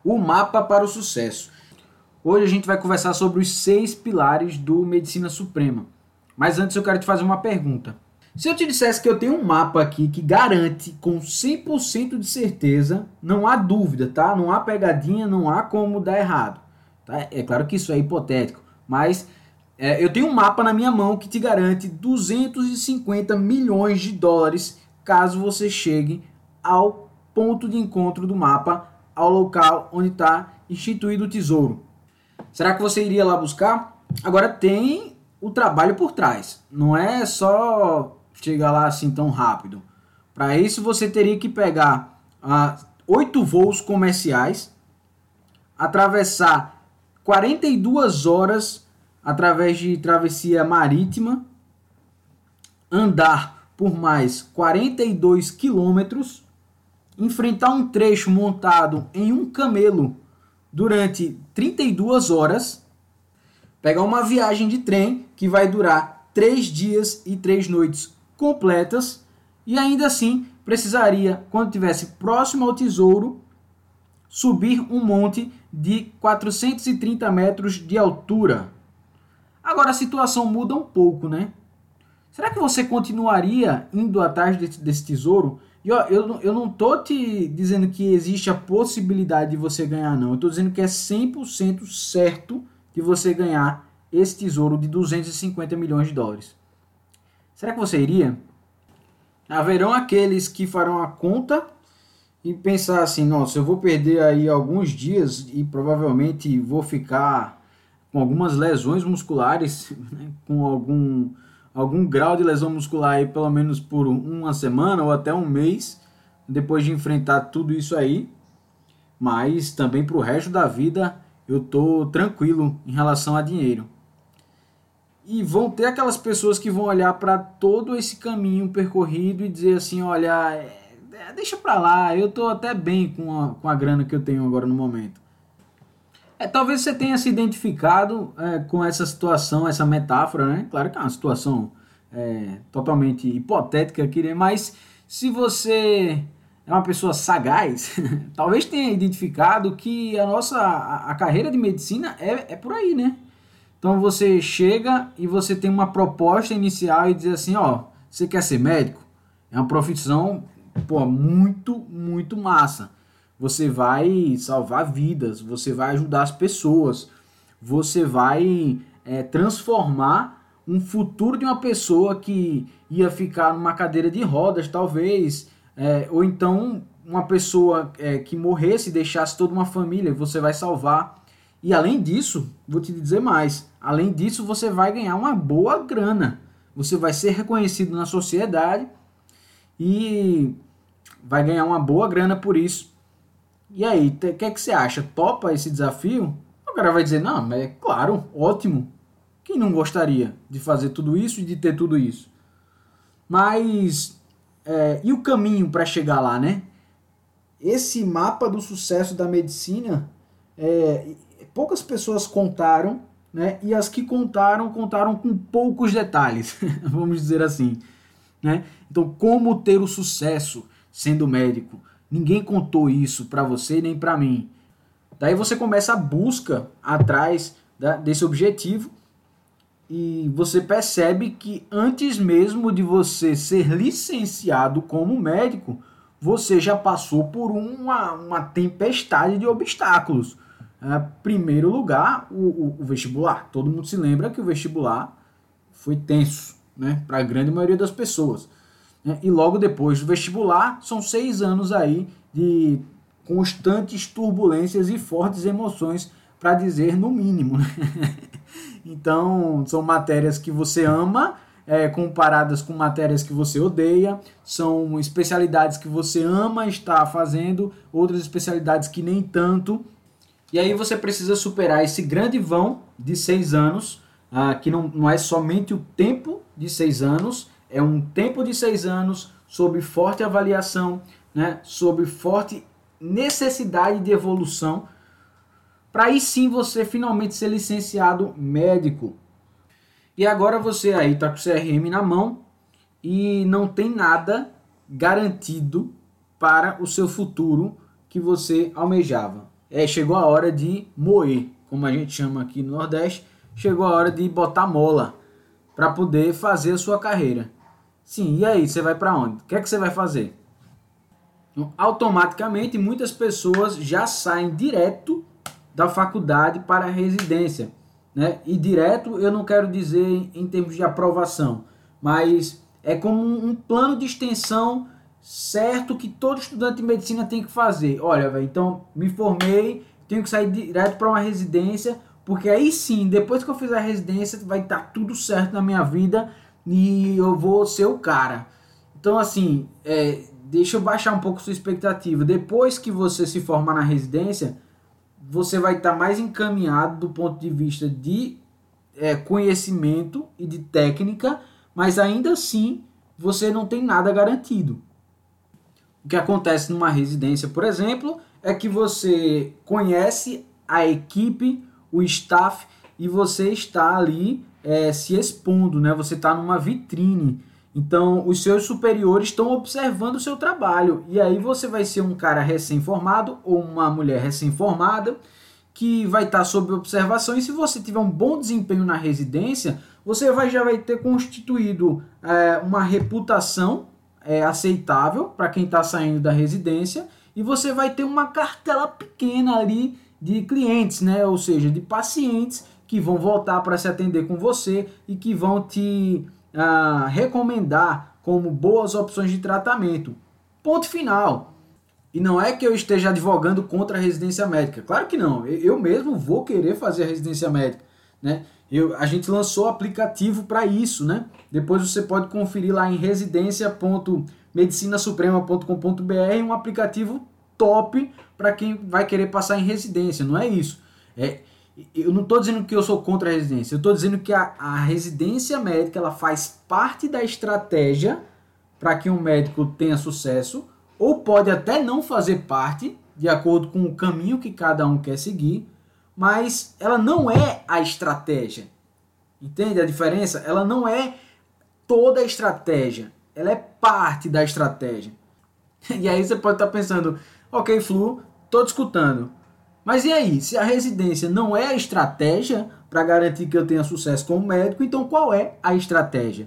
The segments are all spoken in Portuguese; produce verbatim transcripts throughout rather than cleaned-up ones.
O mapa para o sucesso. Hoje a gente vai conversar sobre os seis pilares do Medicina Suprema. Mas antes eu quero te fazer uma pergunta. Se eu te dissesse que eu tenho um mapa aqui que garante com cem por cento de certeza, não há dúvida, tá? Não há pegadinha, não há como dar errado. Tá? É claro que isso é hipotético, mas é, eu tenho um mapa na minha mão que te garante duzentos e cinquenta milhões de dólares caso você chegue ao ponto de encontro do mapa, ao local onde está instituído o tesouro. Será que você iria lá buscar? Agora tem o trabalho por trás. Não é só chegar lá assim tão rápido. Para isso você teria que pegar ah, oito voos comerciais, atravessar quarenta e duas horas através de travessia marítima, andar por mais quarenta e dois quilômetros, enfrentar um trecho montado em um camelo durante trinta e duas horas, pegar uma viagem de trem que vai durar três dias e três noites completas e ainda assim precisaria, quando estivesse próximo ao tesouro, subir um monte de quatrocentos e trinta metros de altura. Agora a situação muda um pouco, né? Será que você continuaria indo atrás desse, desse tesouro? E ó, eu, eu não tô te dizendo que existe a possibilidade de você ganhar, não. Eu tô dizendo que é cem por cento certo de você ganhar esse tesouro de duzentos e cinquenta milhões de dólares. Será que você iria? Haverão aqueles que farão a conta e pensar assim, nossa, eu vou perder aí alguns dias e provavelmente vou ficar com algumas lesões musculares, né, com algum, algum grau de lesão muscular aí pelo menos por uma semana ou até um mês, depois de enfrentar tudo isso aí. Mas também para o resto da vida eu tô tranquilo em relação a dinheiro. E vão ter aquelas pessoas que vão olhar para todo esse caminho percorrido e dizer assim, olha, é, deixa para lá, eu tô até bem com a, com a grana que eu tenho agora no momento. É, talvez você tenha se identificado é, com essa situação, essa metáfora, né? Claro que é uma situação é, totalmente hipotética aqui, né? Mas se você é uma pessoa sagaz, talvez tenha identificado que a nossa a, a carreira de medicina é, é por aí, né? Então você chega e você tem uma proposta inicial e diz assim, ó, você quer ser médico? É uma profissão, pô, muito, muito massa. Você vai salvar vidas, você vai ajudar as pessoas, você vai é, transformar um futuro de uma pessoa que ia ficar numa cadeira de rodas, talvez, é, ou então uma pessoa é, que morresse e deixasse toda uma família, você vai salvar. E além disso, vou te dizer mais, além disso você vai ganhar uma boa grana, você vai ser reconhecido na sociedade e vai ganhar uma boa grana por isso. E aí, o que é que você acha? Topa esse desafio? O cara vai dizer, não, mas é claro, ótimo. Quem não gostaria de fazer tudo isso e de ter tudo isso? Mas, é, e o caminho para chegar lá, né? Esse mapa do sucesso da medicina, é, poucas pessoas contaram, né? E as que contaram, contaram com poucos detalhes, vamos dizer assim, né? Então, como ter o sucesso sendo médico? Ninguém contou isso para você nem para mim. Daí você começa a busca atrás da, desse objetivo e você percebe que antes mesmo de você ser licenciado como médico, você já passou por uma, uma tempestade de obstáculos. É, primeiro lugar, o, o, o vestibular. Todo mundo se lembra que o vestibular foi tenso, né, para a grande maioria das pessoas. E logo depois do vestibular, são seis anos aí de constantes turbulências e fortes emoções, para dizer no mínimo. Então, são matérias que você ama, é, comparadas com matérias que você odeia, são especialidades que você ama estar fazendo, outras especialidades que nem tanto. E aí você precisa superar esse grande vão de seis anos, ah, que não, não é somente o tempo de seis anos, é um tempo de seis anos sob forte avaliação, né, sob forte necessidade de evolução, para aí sim você finalmente ser licenciado médico. E agora você aí está com o C R M na mão e não tem nada garantido para o seu futuro que você almejava. é, chegou a hora de moer, como a gente chama aqui no Nordeste, chegou a hora de botar mola para poder fazer a sua carreira. Sim, e aí, você vai para onde? O que é que você vai fazer? Então, automaticamente, muitas pessoas já saem direto da faculdade para a residência, né? E direto eu não quero dizer em termos de aprovação, mas é como um plano de extensão certo que todo estudante de medicina tem que fazer. Olha, véio, então me formei, tenho que sair direto para uma residência, porque aí sim, depois que eu fizer a residência, vai estar tudo certo na minha vida e eu vou ser o cara. Então, assim, é, deixa eu baixar um pouco sua expectativa. Depois que você se formar na residência, você vai estar mais encaminhado do ponto de vista de é, conhecimento e de técnica, mas ainda assim você não tem nada garantido. O que acontece numa residência, por exemplo, é que você conhece a equipe, o staff, e você está ali é, se expondo, né? Você está numa vitrine. Então, os seus superiores estão observando o seu trabalho. E aí você vai ser um cara recém-formado ou uma mulher recém-formada que vai estar sob observação. E se você tiver um bom desempenho na residência, você vai, já vai ter constituído é, uma reputação é, aceitável para quem está saindo da residência. E você vai ter uma cartela pequena ali de clientes, né? Ou seja, de pacientes que vão voltar para se atender com você e que vão te uh, recomendar como boas opções de tratamento. Ponto final. E não é que eu esteja advogando contra a residência médica. Claro que não. Eu mesmo vou querer fazer a residência médica, né? Eu, a gente lançou aplicativo para isso, né? Depois você pode conferir lá em residência ponto medicina suprema ponto com ponto b r um aplicativo top para quem vai querer passar em residência. Não é isso. É, eu não estou dizendo que eu sou contra a residência. Eu estou dizendo que a, a residência médica ela faz parte da estratégia para que um médico tenha sucesso, ou pode até não fazer parte, de acordo com o caminho que cada um quer seguir, mas ela não é a estratégia. Entende a diferença? Ela não é toda a estratégia. Ela é parte da estratégia. E aí você pode estar pensando, ok, Flu, estou te escutando. Mas e aí? Se a residência não é a estratégia para garantir que eu tenha sucesso como médico, então qual é a estratégia?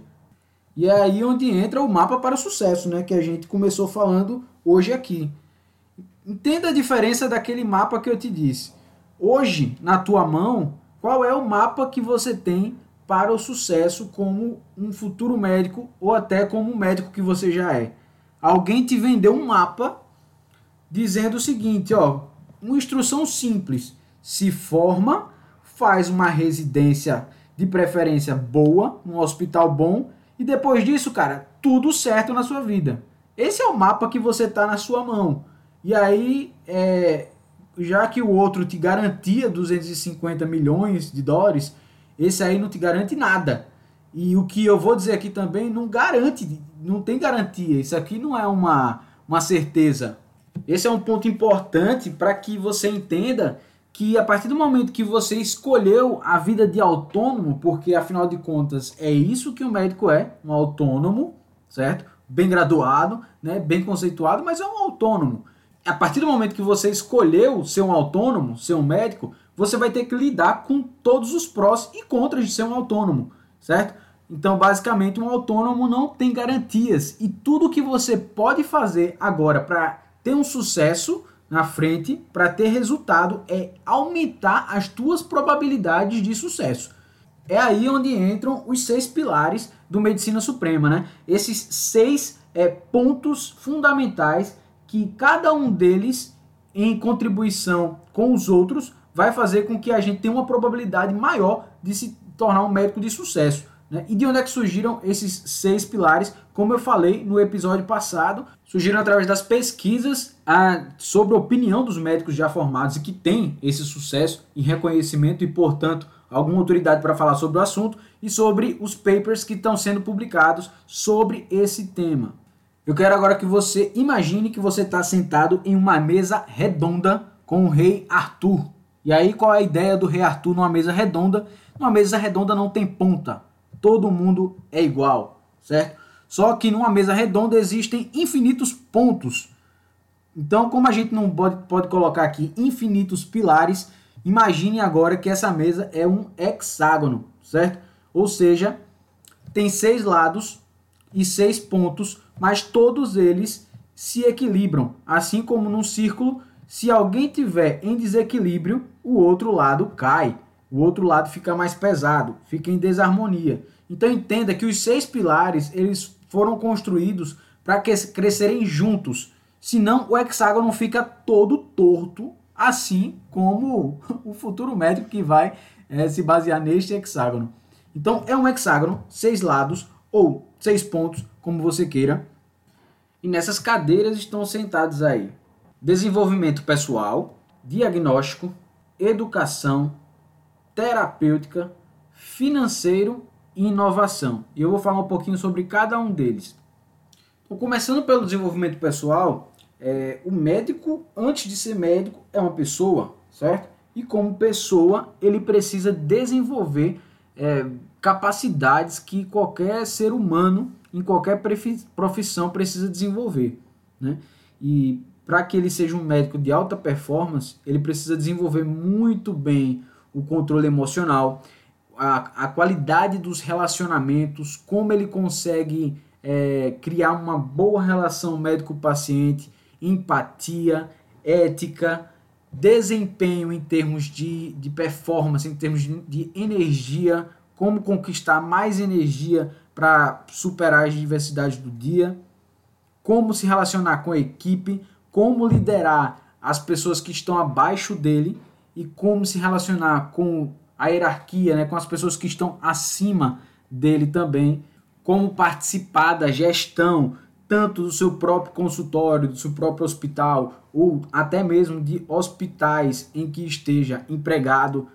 E é aí onde entra o mapa para o sucesso, né, que a gente começou falando hoje aqui. Entenda a diferença daquele mapa que eu te disse. Hoje, na tua mão, qual é o mapa que você tem para o sucesso como um futuro médico ou até como um médico que você já é? Alguém te vendeu um mapa dizendo o seguinte, ó, uma instrução simples, se forma, faz uma residência de preferência boa, um hospital bom, e depois disso, cara, tudo certo na sua vida. Esse é o mapa que você tá na sua mão. E aí, é, já que o outro te garantia duzentos e cinquenta milhões de dólares, esse aí não te garante nada. E o que eu vou dizer aqui também não garante, não tem garantia. Isso aqui não é uma, uma certeza. Esse é um ponto importante para que você entenda que a partir do momento que você escolheu a vida de autônomo, porque afinal de contas é isso que o médico é, um autônomo, certo? Bem graduado, né? Bem conceituado, mas é um autônomo. A partir do momento que você escolheu ser um autônomo, ser um médico, você vai ter que lidar com todos os prós e contras de ser um autônomo, certo? Então, basicamente, um autônomo não tem garantias. E tudo que você pode fazer agora para ter um sucesso na frente, para ter resultado, é aumentar as tuas probabilidades de sucesso. É aí onde entram os seis pilares do Medicina Suprema, né? Esses seis é, pontos fundamentais que cada um deles, em contribuição com os outros, vai fazer com que a gente tenha uma probabilidade maior de se tornar um médico de sucesso. Né? E de onde é que surgiram esses seis pilares? Como eu falei no episódio passado, surgiram através das pesquisas ah, sobre a opinião dos médicos já formados e que têm esse sucesso e reconhecimento e, portanto, alguma autoridade para falar sobre o assunto e sobre os papers que estão sendo publicados sobre esse tema. Eu quero agora que você imagine que você está sentado em uma mesa redonda com o rei Arthur. E aí, qual é a ideia do rei Arthur numa mesa redonda? Uma mesa redonda não tem ponta. Todo mundo é igual, certo? Só que numa mesa redonda existem infinitos pontos. Então, como a gente não pode, pode colocar aqui infinitos pilares, imagine agora que essa mesa é um hexágono, certo? Ou seja, tem seis lados e seis pontos, mas todos eles se equilibram. Assim como num círculo, se alguém tiver em desequilíbrio, o outro lado cai. O outro lado fica mais pesado, fica em desarmonia. Então entenda que os seis pilares eles foram construídos para crescerem juntos. Senão o hexágono fica todo torto, assim como o futuro médico que vai é, se basear neste hexágono. Então é um hexágono, seis lados ou seis pontos, como você queira. E nessas cadeiras estão sentados aí desenvolvimento pessoal, diagnóstico, educação, terapêutica, financeiro e inovação. E eu vou falar um pouquinho sobre cada um deles. Então, começando pelo desenvolvimento pessoal, é, o médico, antes de ser médico, é uma pessoa, certo? E como pessoa, ele precisa desenvolver é, capacidades que qualquer ser humano, em qualquer profissão, precisa desenvolver, né? E para que ele seja um médico de alta performance, ele precisa desenvolver muito bem o controle emocional, a, a qualidade dos relacionamentos, como ele consegue é, criar uma boa relação médico-paciente, empatia, ética, desempenho em termos de, de performance, em termos de, de energia, como conquistar mais energia para superar as diversidades do dia, como se relacionar com a equipe, como liderar as pessoas que estão abaixo dele e como se relacionar com a hierarquia, né, com as pessoas que estão acima dele também, como participar da gestão, tanto do seu próprio consultório, do seu próprio hospital, ou até mesmo de hospitais em que esteja empregado,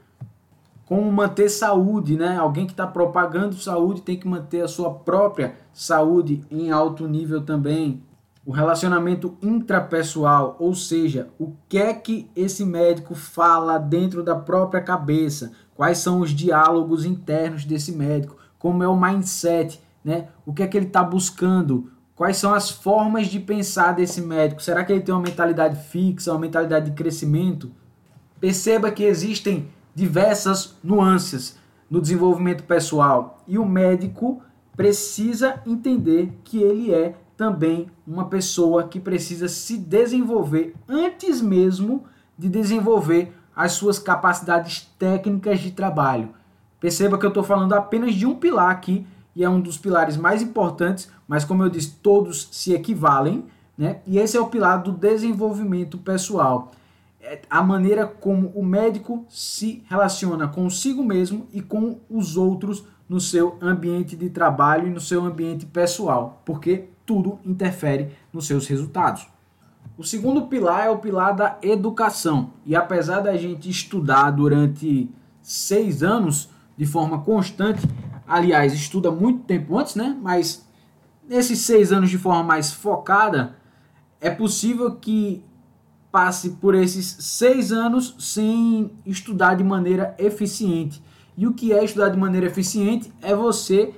como manter saúde, né? Alguém que está propagando saúde tem que manter a sua própria saúde em alto nível também. O relacionamento intrapessoal, ou seja, o que é que esse médico fala dentro da própria cabeça, quais são os diálogos internos desse médico, como é o mindset, né? O que é que ele está buscando, quais são as formas de pensar desse médico, será que ele tem uma mentalidade fixa, uma mentalidade de crescimento? Perceba que existem diversas nuances no desenvolvimento pessoal e o médico precisa entender que ele é também uma pessoa que precisa se desenvolver antes mesmo de desenvolver as suas capacidades técnicas de trabalho. Perceba que eu estou falando apenas de um pilar aqui e é um dos pilares mais importantes, mas como eu disse, todos se equivalem, né? E esse é o pilar do desenvolvimento pessoal. É a maneira como o médico se relaciona consigo mesmo e com os outros no seu ambiente de trabalho e no seu ambiente pessoal, porque tudo interfere nos seus resultados. O segundo pilar é o pilar da educação. E apesar da gente estudar durante seis anos de forma constante, aliás, estuda muito tempo antes, né? Mas nesses seis anos de forma mais focada, é possível que passe por esses seis anos sem estudar de maneira eficiente. E o que é estudar de maneira eficiente é você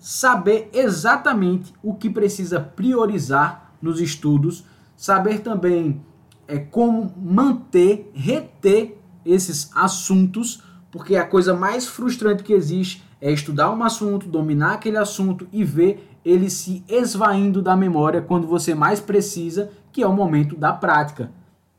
saber exatamente o que precisa priorizar nos estudos, saber também é, como manter, reter esses assuntos, porque a coisa mais frustrante que existe é estudar um assunto, dominar aquele assunto e ver ele se esvaindo da memória quando você mais precisa, que é o momento da prática.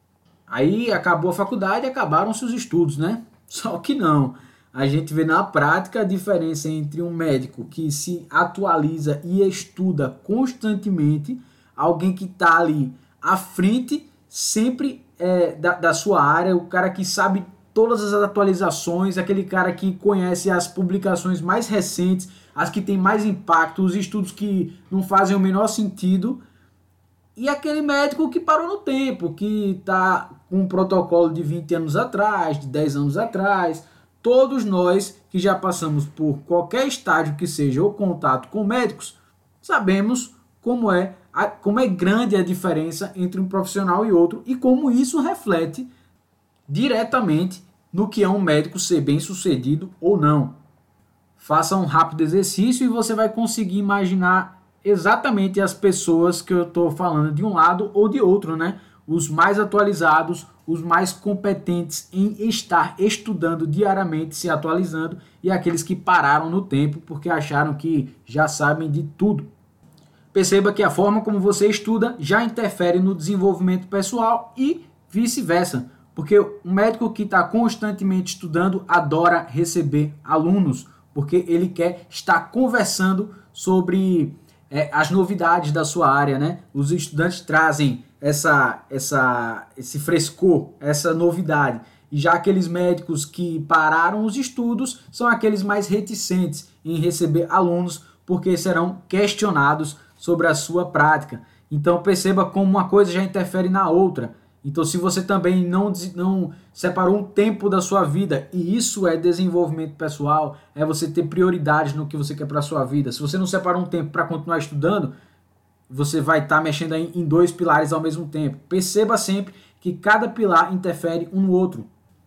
Aí acabou a faculdade e acabaram-se os estudos, né? Só que não. A gente vê na prática a diferença entre um médico que se atualiza e estuda constantemente, alguém que está ali à frente sempre é, da, da sua área, o cara que sabe todas as atualizações, aquele cara que conhece as publicações mais recentes, as que têm mais impacto, os estudos que não fazem o menor sentido, e aquele médico que parou no tempo, que está com um protocolo de vinte anos atrás, de dez anos atrás. Todos nós que já passamos por qualquer estágio que seja o contato com médicos, sabemos como é, a, como é grande a diferença entre um profissional e outro e como isso reflete diretamente no que é um médico ser bem sucedido ou não. Faça um rápido exercício e você vai conseguir imaginar exatamente as pessoas que eu estou falando de um lado ou de outro, né? os mais atualizados, os mais competentes em estar estudando diariamente, se atualizando, e aqueles que pararam no tempo porque acharam que já sabem de tudo. Perceba que a forma como você estuda já interfere no desenvolvimento pessoal e vice-versa, porque um médico que está constantemente estudando adora receber alunos, porque ele quer estar conversando sobre é, as novidades da sua área, né? Os estudantes trazem essa, essa, esse frescor, essa novidade. E já aqueles médicos que pararam os estudos são aqueles mais reticentes em receber alunos, porque serão questionados sobre a sua prática. Então perceba como uma coisa já interfere na outra. Então se você também não, não separou um tempo da sua vida, e isso é desenvolvimento pessoal, é você ter prioridades no que você quer para a sua vida. Se você não separou um tempo para continuar estudando, você vai estar tá mexendo aí em dois pilares ao mesmo tempo. Perceba sempre que cada pilar interfere um no outro.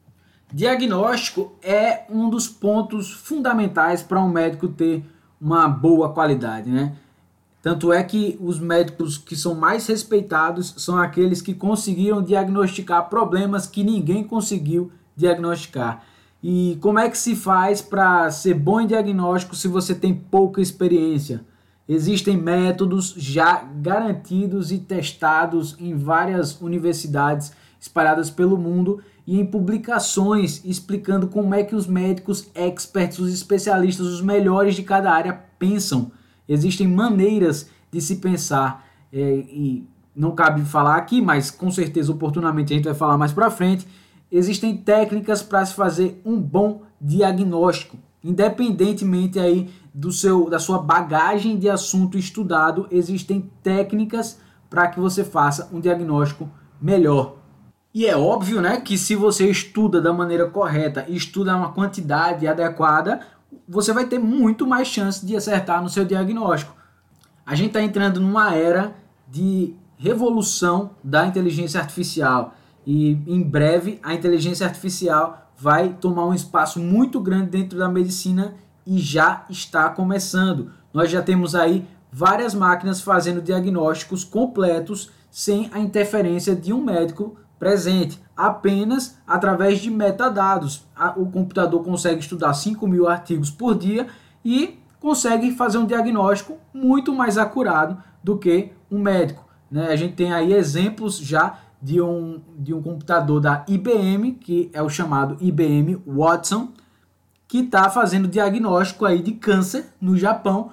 Diagnóstico é um dos pontos fundamentais para um médico ter uma boa qualidade, né? Tanto é que os médicos que são mais respeitados são aqueles que conseguiram diagnosticar problemas que ninguém conseguiu diagnosticar. E como é que se faz para ser bom em diagnóstico se você tem pouca experiência? Existem métodos já garantidos e testados em várias universidades espalhadas pelo mundo e em publicações explicando como é que os médicos experts, os especialistas, os melhores de cada área pensam. Existem maneiras de se pensar é, e não cabe falar aqui, mas com certeza oportunamente a gente vai falar mais para frente. Existem técnicas para se fazer um bom diagnóstico, independentemente aí do seu, da sua bagagem de assunto estudado, existem técnicas para que você faça um diagnóstico melhor. E é óbvio, né, que se você estuda da maneira correta e estuda uma quantidade adequada, você vai ter muito mais chance de acertar no seu diagnóstico. A gente está entrando numa era de revolução da inteligência artificial e em breve a inteligência artificial vai tomar um espaço muito grande dentro da medicina e já está começando. Nós já temos aí várias máquinas fazendo diagnósticos completos sem a interferência de um médico presente, apenas através de metadados. O computador consegue estudar cinco mil artigos por dia e consegue fazer um diagnóstico muito mais acurado do que um médico, né? A gente tem aí exemplos já de um, de um computador da I B M, que é o chamado I B M Watson, que está fazendo diagnóstico aí de câncer no Japão,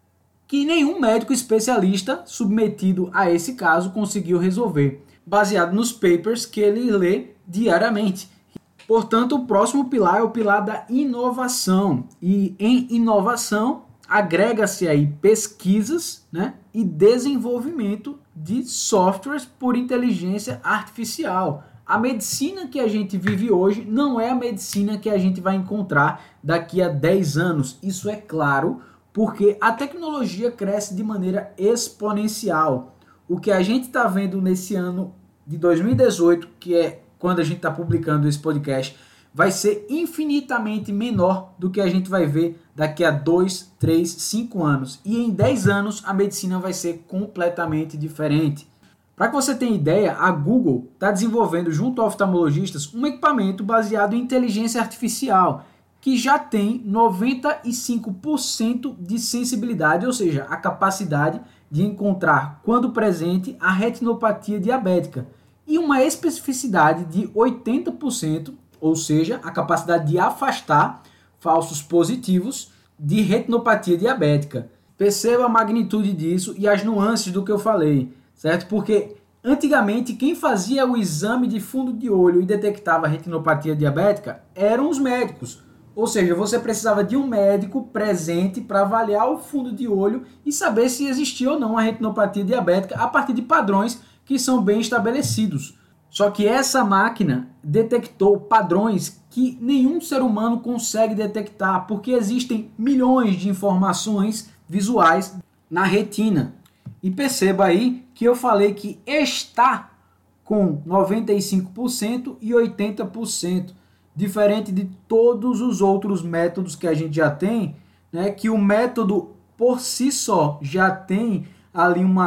que nenhum médico especialista submetido a esse caso conseguiu resolver, baseado nos papers que ele lê diariamente. Portanto, o próximo pilar é o pilar da inovação. E em inovação, agrega-se aí pesquisas, né, e desenvolvimento de softwares por inteligência artificial. A medicina que a gente vive hoje não é a medicina que a gente vai encontrar daqui a dez anos. Isso é claro, porque a tecnologia cresce de maneira exponencial. O que a gente está vendo nesse ano de dois mil e dezoito, que é quando a gente está publicando esse podcast, vai ser infinitamente menor do que a gente vai ver daqui a dois, três, cinco anos. E em dez anos a medicina vai ser completamente diferente. Para que você tenha ideia, a Google está desenvolvendo junto a oftalmologistas um equipamento baseado em inteligência artificial que já tem noventa e cinco por cento de sensibilidade, ou seja, a capacidade de encontrar, quando presente, a retinopatia diabética e uma especificidade de oitenta por cento, ou seja, a capacidade de afastar falsos positivos de retinopatia diabética. Perceba a magnitude disso e as nuances do que eu falei, certo? Porque antigamente quem fazia o exame de fundo de olho e detectava retinopatia diabética eram os médicos. Ou seja, você precisava de um médico presente para avaliar o fundo de olho e saber se existia ou não a retinopatia diabética a partir de padrões que são bem estabelecidos. Só que essa máquina detectou padrões que nenhum ser humano consegue detectar, porque existem milhões de informações visuais na retina. E perceba aí que eu falei que está com noventa e cinco por cento e oitenta por cento. Diferente de todos os outros métodos que a gente já tem, né, que o método por si só já tem ali uma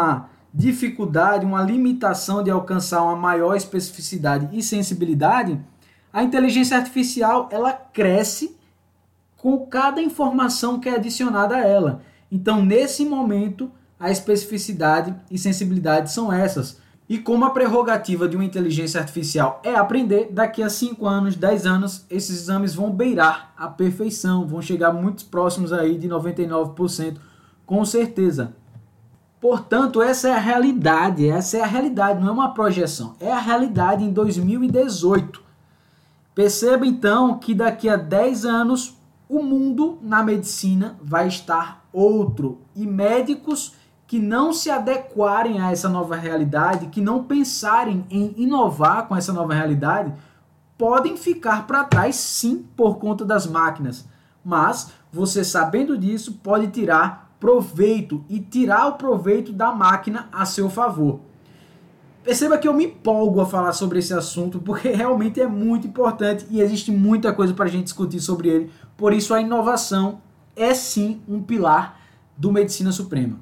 dificuldade, uma limitação de alcançar uma maior especificidade e sensibilidade, a inteligência artificial ela cresce com cada informação que é adicionada a ela. Então, nesse momento, a especificidade e sensibilidade são essas. E como a prerrogativa de uma inteligência artificial é aprender, daqui a cinco anos, dez anos, esses exames vão beirar a perfeição, vão chegar muito próximos aí de noventa e nove por cento, com certeza. Portanto, essa é a realidade, essa é a realidade, não é uma projeção, é a realidade em dois mil e dezoito. Perceba então que daqui a dez anos o mundo na medicina vai estar outro e médicos que não se adequarem a essa nova realidade, que não pensarem em inovar com essa nova realidade, podem ficar para trás sim por conta das máquinas. Mas você sabendo disso pode tirar proveito e tirar o proveito da máquina a seu favor. Perceba que eu me empolgo a falar sobre esse assunto porque realmente é muito importante e existe muita coisa para a gente discutir sobre ele. Por isso a inovação é sim um pilar do Medicina Suprema.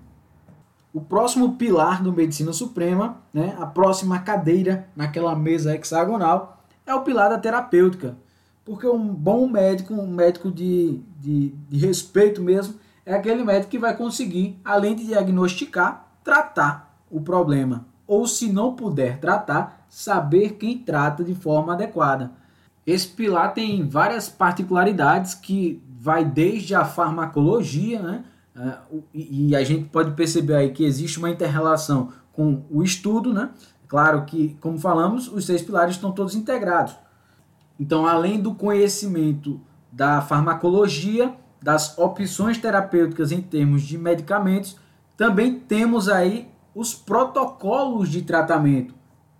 O próximo pilar do Medicina Suprema, né, a próxima cadeira naquela mesa hexagonal, é o pilar da terapêutica. Porque um bom médico, um médico de, de, de respeito mesmo, é aquele médico que vai conseguir, além de diagnosticar, tratar o problema. Ou se não puder tratar, saber quem trata de forma adequada. Esse pilar tem várias particularidades que vai desde a farmacologia, né? Uh, e, e a gente pode perceber aí que existe uma inter-relação com o estudo, né? Claro que, como falamos, os seis pilares estão todos integrados. Então, além do conhecimento da farmacologia, das opções terapêuticas em termos de medicamentos, também temos aí os protocolos de tratamento.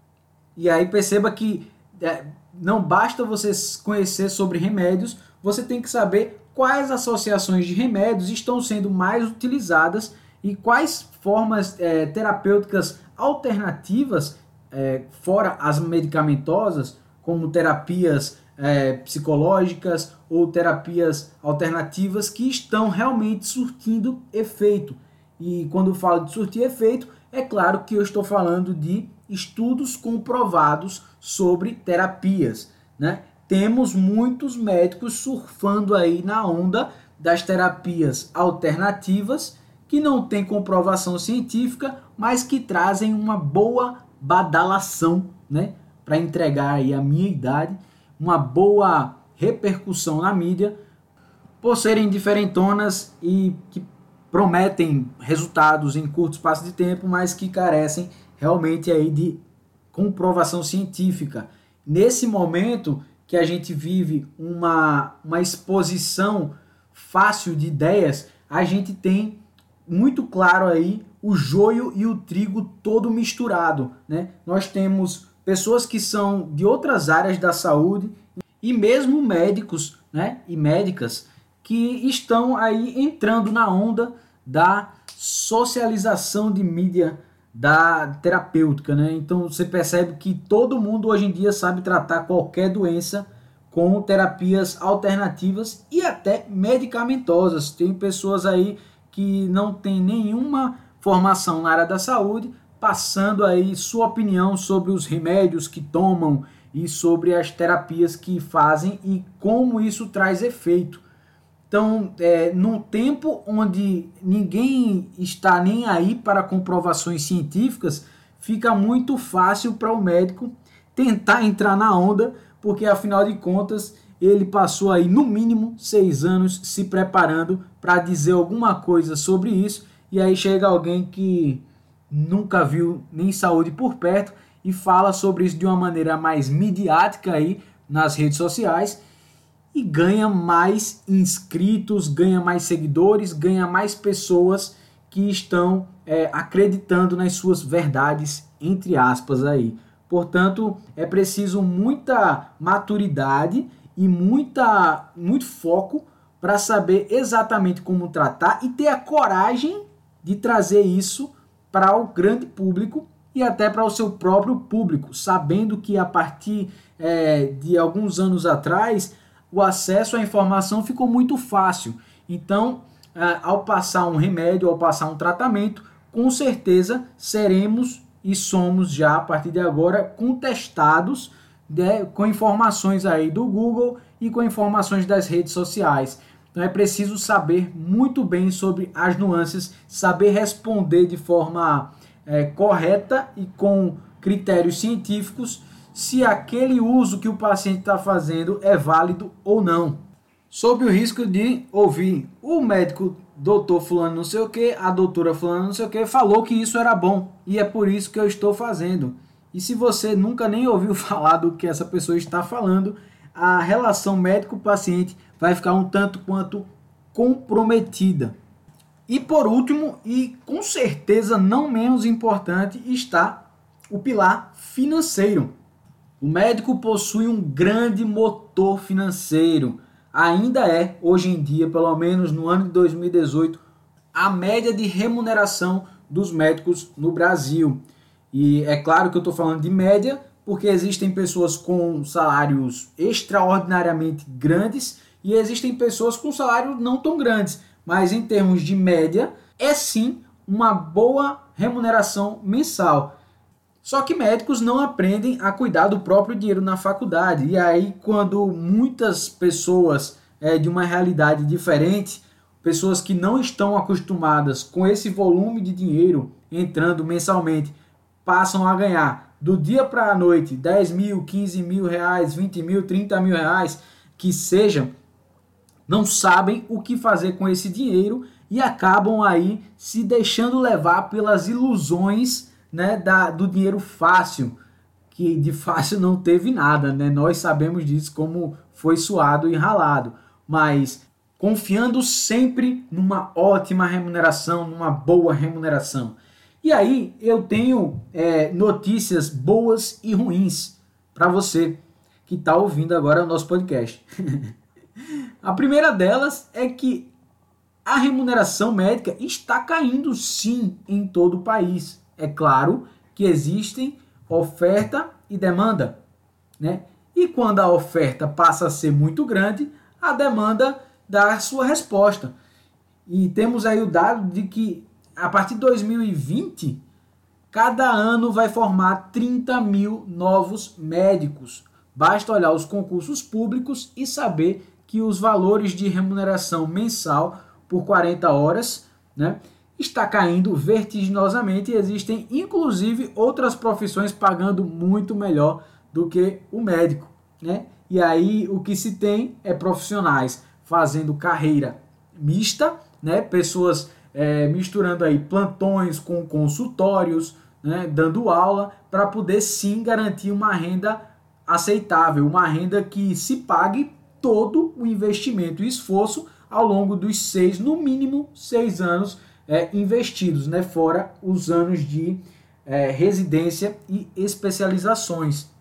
E aí perceba que é, não basta você conhecer sobre remédios, você tem que saber quais associações de remédios estão sendo mais utilizadas e quais formas é, terapêuticas alternativas, é, fora as medicamentosas, como terapias é, psicológicas ou terapias alternativas que estão realmente surtindo efeito. E quando eu falo de surtir efeito, é claro que eu estou falando de estudos comprovados sobre terapias, né? Temos muitos médicos surfando aí na onda das terapias alternativas que não têm comprovação científica, mas que trazem uma boa badalação, né? Para entregar aí a minha idade, uma boa repercussão na mídia, por serem diferentonas e que prometem resultados em curto espaço de tempo, mas que carecem realmente aí de comprovação científica. Nesse momento que a gente vive uma, uma exposição fácil de ideias, a gente tem muito claro aí o joio e o trigo todo misturado, né? Nós temos pessoas que são de outras áreas da saúde e mesmo médicos, né, e médicas que estão aí entrando na onda da socialização de mídia da terapêutica, né? Então você percebe que todo mundo hoje em dia sabe tratar qualquer doença com terapias alternativas e até medicamentosas. Tem pessoas aí que não têm nenhuma formação na área da saúde, passando aí sua opinião sobre os remédios que tomam e sobre as terapias que fazem e como isso traz efeito. Então, é, num tempo onde ninguém está nem aí para comprovações científicas, fica muito fácil para o médico tentar entrar na onda, porque afinal de contas ele passou aí no mínimo seis anos se preparando para dizer alguma coisa sobre isso, e aí chega alguém que nunca viu nem saúde por perto e fala sobre isso de uma maneira mais midiática aí nas redes sociais, e ganha mais inscritos, ganha mais seguidores, ganha mais pessoas que estão é, acreditando nas suas verdades, entre aspas aí. Portanto, é preciso muita maturidade e muita, muito foco para saber exatamente como tratar e ter a coragem de trazer isso para o grande público e até para o seu próprio público, sabendo que a partir é, de alguns anos atrás o acesso à informação ficou muito fácil. Então, ao passar um remédio, ao passar um tratamento, com certeza seremos e somos já, a partir de agora, contestados, né, com informações aí do Google e com informações das redes sociais. Então é preciso saber muito bem sobre as nuances, saber responder de forma é, correta e com critérios científicos se aquele uso que o paciente está fazendo é válido ou não. Sob o risco de ouvir o médico doutor fulano não sei o que, a doutora fulano não sei o que, falou que isso era bom e é por isso que eu estou fazendo. E se você nunca nem ouviu falar do que essa pessoa está falando, a relação médico-paciente vai ficar um tanto quanto comprometida. E por último, e com certeza não menos importante, está o pilar financeiro. O médico possui um grande motor financeiro. Ainda é, hoje em dia, pelo menos no ano de dois mil e dezoito, a média de remuneração dos médicos no Brasil. E é claro que eu estou falando de média, porque existem pessoas com salários extraordinariamente grandes e existem pessoas com salários não tão grandes. Mas em termos de média, é sim uma boa remuneração mensal. Só que médicos não aprendem a cuidar do próprio dinheiro na faculdade. E aí, quando muitas pessoas é, de uma realidade diferente, pessoas que não estão acostumadas com esse volume de dinheiro entrando mensalmente, passam a ganhar do dia para a noite dez mil, quinze mil reais, vinte mil, trinta mil reais, que sejam, não sabem o que fazer com esse dinheiro e acabam aí se deixando levar pelas ilusões, né, da, do dinheiro fácil, que de fácil não teve nada, né? Nós sabemos disso, como foi suado e ralado, mas confiando sempre numa ótima remuneração, numa boa remuneração. E aí eu tenho é, notícias boas e ruins para você que está ouvindo agora o nosso podcast. A primeira delas é que a remuneração médica está caindo sim em todo o país. É claro que existem oferta e demanda, né? E quando a oferta passa a ser muito grande, a demanda dá a sua resposta. E temos aí o dado de que a partir de dois mil e vinte, cada ano vai formar trinta mil novos médicos. Basta olhar os concursos públicos e saber que os valores de remuneração mensal por quarenta horas, né, está caindo vertiginosamente e existem inclusive outras profissões pagando muito melhor do que o médico, né? E aí o que se tem é profissionais fazendo carreira mista, né? Pessoas é, misturando aí plantões com consultórios, né? Dando aula para poder sim garantir uma renda aceitável, uma renda que se pague todo o investimento e esforço ao longo dos seis, no mínimo seis anos é, investidos, né? Fora os anos de é, residência e especializações.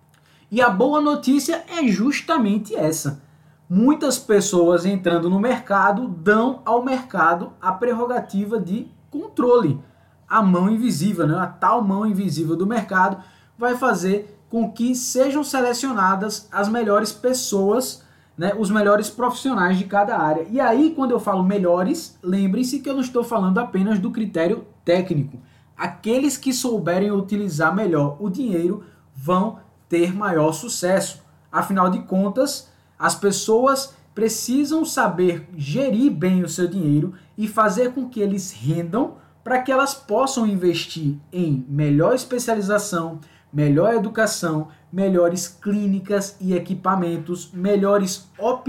E a boa notícia é justamente essa. Muitas pessoas entrando no mercado dão ao mercado a prerrogativa de controle. A mão invisível, né? A tal mão invisível do mercado vai fazer com que sejam selecionadas as melhores pessoas, né? Os melhores profissionais de cada área. E aí, quando eu falo melhores, lembrem-se que eu não estou falando apenas do critério técnico. Aqueles que souberem utilizar melhor o dinheiro vão ter maior sucesso. Afinal de contas, as pessoas precisam saber gerir bem o seu dinheiro e fazer com que eles rendam para que elas possam investir em melhor especialização, melhor educação, melhores clínicas e equipamentos, melhores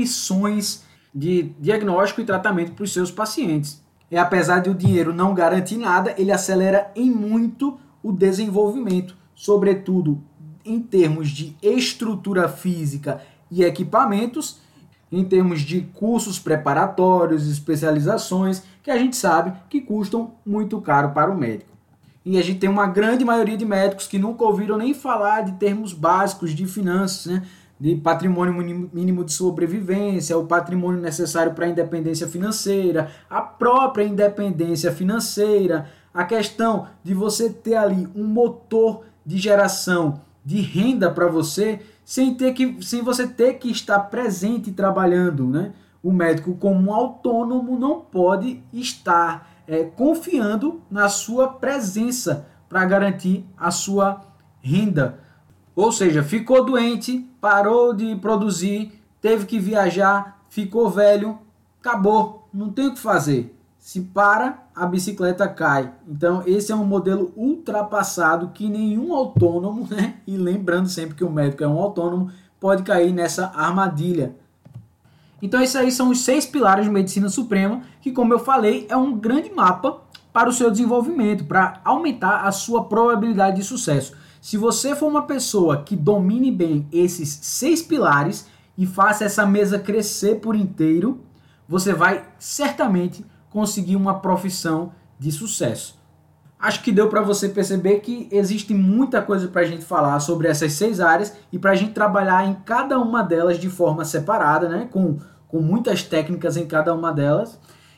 opções de diagnóstico e tratamento para os seus pacientes. E apesar de o dinheiro não garantir nada, ele acelera em muito o desenvolvimento, sobretudo em termos de estrutura física e equipamentos, em termos de cursos preparatórios, especializações, que a gente sabe que custam muito caro para o médico. E a gente tem uma grande maioria de médicos que nunca ouviram nem falar de termos básicos de finanças, né? De patrimônio mínimo de sobrevivência, o patrimônio necessário para a independência financeira, a própria independência financeira, a questão de você ter ali um motor de geração de renda para você, sem ter que, sem você ter que estar presente trabalhando, né? O médico como autônomo não pode estar é, confiando na sua presença para garantir a sua renda. Ou seja, ficou doente, parou de produzir, teve que viajar, ficou velho, acabou, não tem o que fazer. Se para, a bicicleta cai. Então esse é um modelo ultrapassado que nenhum autônomo, né? E lembrando sempre que o médico é um autônomo, pode cair nessa armadilha. Então esses aí são os seis pilares de Medicina Suprema, que como eu falei, é um grande mapa para o seu desenvolvimento, para aumentar a sua probabilidade de sucesso. Se você for uma pessoa que domine bem esses seis pilares e faça essa mesa crescer por inteiro, você vai certamente conseguir uma profissão de sucesso. Acho que deu para você perceber que existe muita coisa para a gente falar sobre essas seis áreas e para a gente trabalhar em cada uma delas de forma separada, né? com, com muitas técnicas em cada uma delas.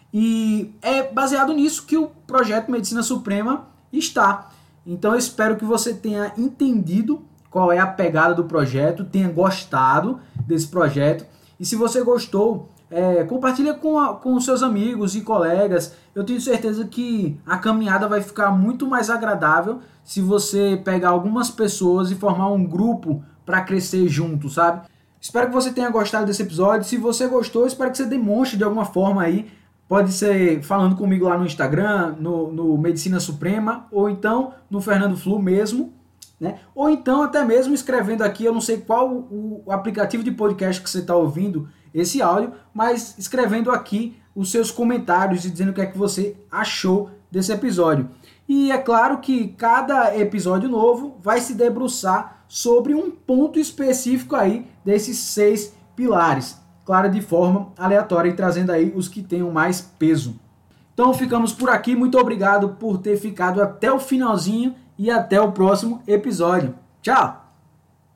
E é baseado nisso que o projeto Medicina Suprema está. Então eu espero que você tenha entendido qual é a pegada do projeto, tenha gostado desse projeto. E se você gostou, é, compartilha com, a, com seus amigos e colegas. Eu tenho certeza que a caminhada vai ficar muito mais agradável se você pegar algumas pessoas e formar um grupo para crescer junto, sabe? Espero que você tenha gostado desse episódio. Se você gostou, espero que você demonstre de alguma forma aí. Pode ser falando comigo lá no Instagram, no, no Medicina Suprema, ou então no Fernando Flu mesmo, né? Ou então até mesmo escrevendo aqui, eu não sei qual o, o aplicativo de podcast que você está ouvindo esse áudio, mas escrevendo aqui os seus comentários e dizendo o que é que você achou desse episódio. E é claro que cada episódio novo vai se debruçar sobre um ponto específico aí desses seis pilares. Claro, de forma aleatória e trazendo aí os que tenham mais peso. Então ficamos por aqui. Muito obrigado por ter ficado até o finalzinho e até o próximo episódio. Tchau!